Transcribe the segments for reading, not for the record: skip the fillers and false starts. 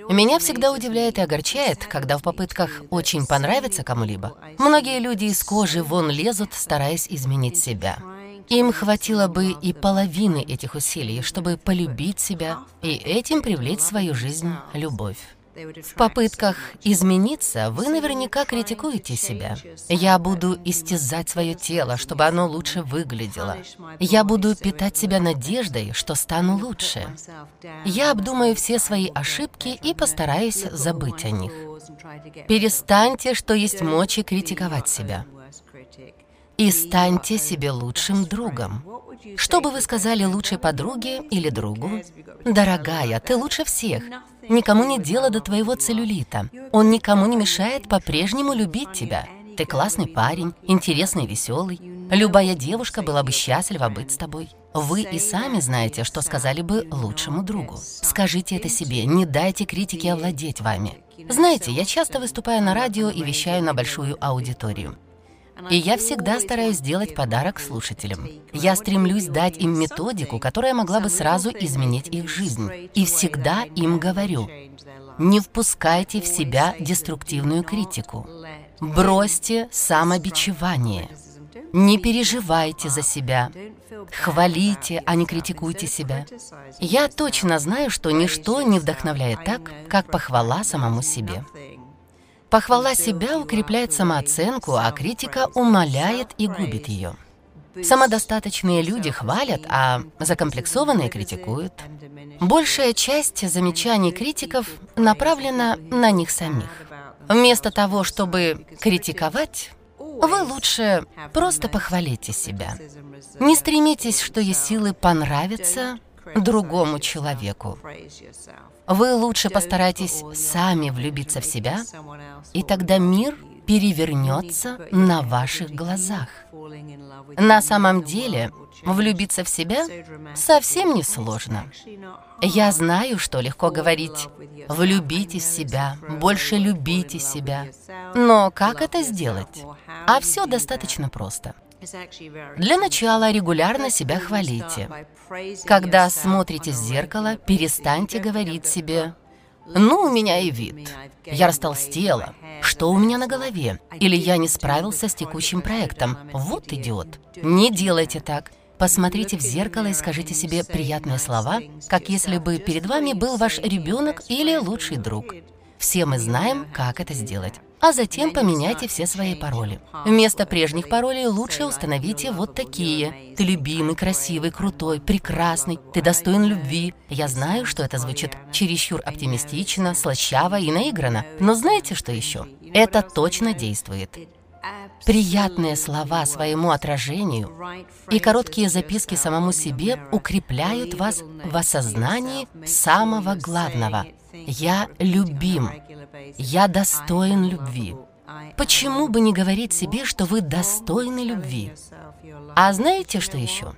Меня всегда удивляет и огорчает, когда в попытках очень понравиться кому-либо, многие люди из кожи вон лезут, стараясь изменить себя. Им хватило бы и половины этих усилий, чтобы полюбить себя и этим привлечь в свою жизнь любовь. В попытках измениться вы наверняка критикуете себя. Я буду истязать свое тело, чтобы оно лучше выглядело. Я буду питать себя надеждой, что стану лучше. Я обдумаю все свои ошибки и постараюсь забыть о них. Перестаньте, что есть мочи, критиковать себя. И станьте себе лучшим другом. Что бы вы сказали лучшей подруге или другу? «Дорогая, ты лучше всех. Никому нет дела до твоего целлюлита. Он никому не мешает по-прежнему любить тебя. Ты классный парень, интересный, веселый. Любая девушка была бы счастлива быть с тобой». Вы и сами знаете, что сказали бы лучшему другу. Скажите это себе, не дайте критике овладеть вами. Знаете, я часто выступаю на радио и вещаю на большую аудиторию. И я всегда стараюсь сделать подарок слушателям. Я стремлюсь дать им методику, которая могла бы сразу изменить их жизнь. И всегда им говорю: не впускайте в себя деструктивную критику. Бросьте самобичевание. Не переживайте за себя. Хвалите, а не критикуйте себя. Я точно знаю, что ничто не вдохновляет так, как похвала самому себе. Похвала себя укрепляет самооценку, а критика умаляет и губит ее. Самодостаточные люди хвалят, а закомплексованные критикуют. Большая часть замечаний критиков направлена на них самих. Вместо того, чтобы критиковать, вы лучше просто похвалите себя. Не стремитесь, что есть силы понравиться другому человеку. Вы лучше постарайтесь сами влюбиться в себя, и тогда мир перевернется на ваших глазах. На самом деле, влюбиться в себя совсем не сложно. Я знаю, что легко говорить «влюбитесь в себя», «больше любите себя». Но как это сделать? А все достаточно просто. Для начала регулярно себя хвалите. Когда смотрите в зеркало, перестаньте говорить себе: «Ну, у меня и вид. Я растолстела. Что у меня на голове? Или я не справился с текущим проектом. Вот идиот». Не делайте так. Посмотрите в зеркало и скажите себе приятные слова, как если бы перед вами был ваш ребенок или лучший друг. Все мы знаем, как это сделать. А затем поменяйте все свои пароли. Вместо прежних паролей лучше установите вот такие: «Ты любимый, красивый, крутой, прекрасный, ты достоин любви». Я знаю, что это звучит чересчур оптимистично, слащаво и наигранно, но знаете, что еще? Это точно действует. Приятные слова своему отражению и короткие записки самому себе укрепляют вас в осознании самого главного: «Я любим, я достоин любви». Почему бы не говорить себе, что вы достойны любви? А знаете, что еще?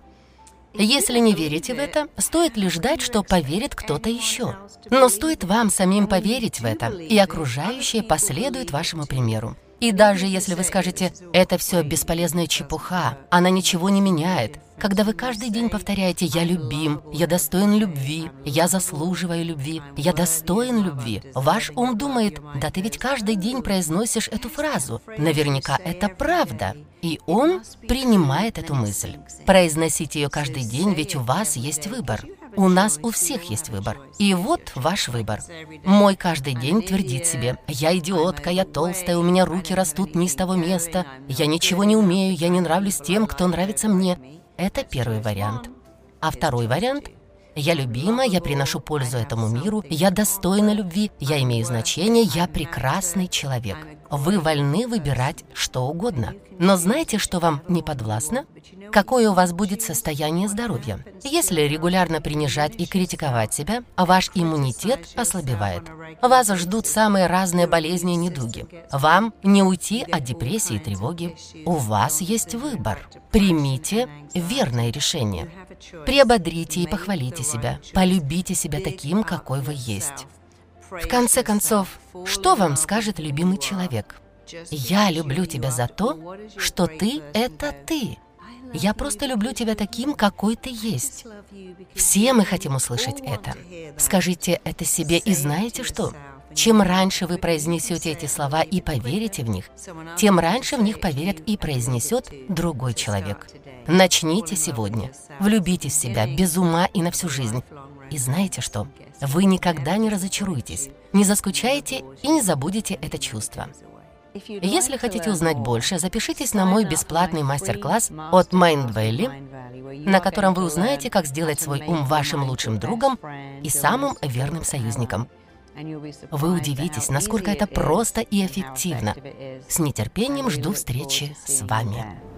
Если не верите в это, стоит лишь ждать, что поверит кто-то еще. Но стоит вам самим поверить в это, и окружающие последуют вашему примеру. И даже если вы скажете: «Это все бесполезная чепуха, она ничего не меняет», когда вы каждый день повторяете: «Я любим, я достоин любви, я заслуживаю любви, я достоин любви», ваш ум думает: «Да ты ведь каждый день произносишь эту фразу, наверняка это правда». И он принимает эту мысль. Произносите ее каждый день, ведь у вас есть выбор. У нас у всех есть выбор. И вот ваш выбор. Мой каждый день твердит себе: «Я идиотка, я толстая, у меня руки растут не с того места, я ничего не умею, я не нравлюсь тем, кто нравится мне». Это первый вариант. А второй вариант: «Я любима, я приношу пользу этому миру, я достойна любви, я имею значение, я прекрасный человек». Вы вольны выбирать что угодно. Но знаете, что вам не подвластно? Какое у вас будет состояние здоровья? Если регулярно принижать и критиковать себя, ваш иммунитет ослабевает. Вас ждут самые разные болезни и недуги. Вам не уйти от депрессии и тревоги. У вас есть выбор. Примите верное решение. Приободрите и похвалите себя. Полюбите себя таким, какой вы есть. В конце концов, что вам скажет любимый человек? «Я люблю тебя за то, что ты — это ты». Я просто люблю тебя таким, какой ты есть. Все мы хотим услышать это. Скажите это себе и знаете что? Чем раньше вы произнесете эти слова и поверите в них, тем раньше в них поверит и произнесет другой человек. Начните сегодня. Влюбитесь в себя без ума и на всю жизнь. И знаете что? Вы никогда не разочаруетесь, не заскучаете и не забудете это чувство. Если хотите узнать больше, запишитесь на мой бесплатный мастер-класс от Mindvalley, на котором вы узнаете, как сделать свой ум вашим лучшим другом и самым верным союзником. Вы удивитесь, насколько это просто и эффективно. С нетерпением жду встречи с вами.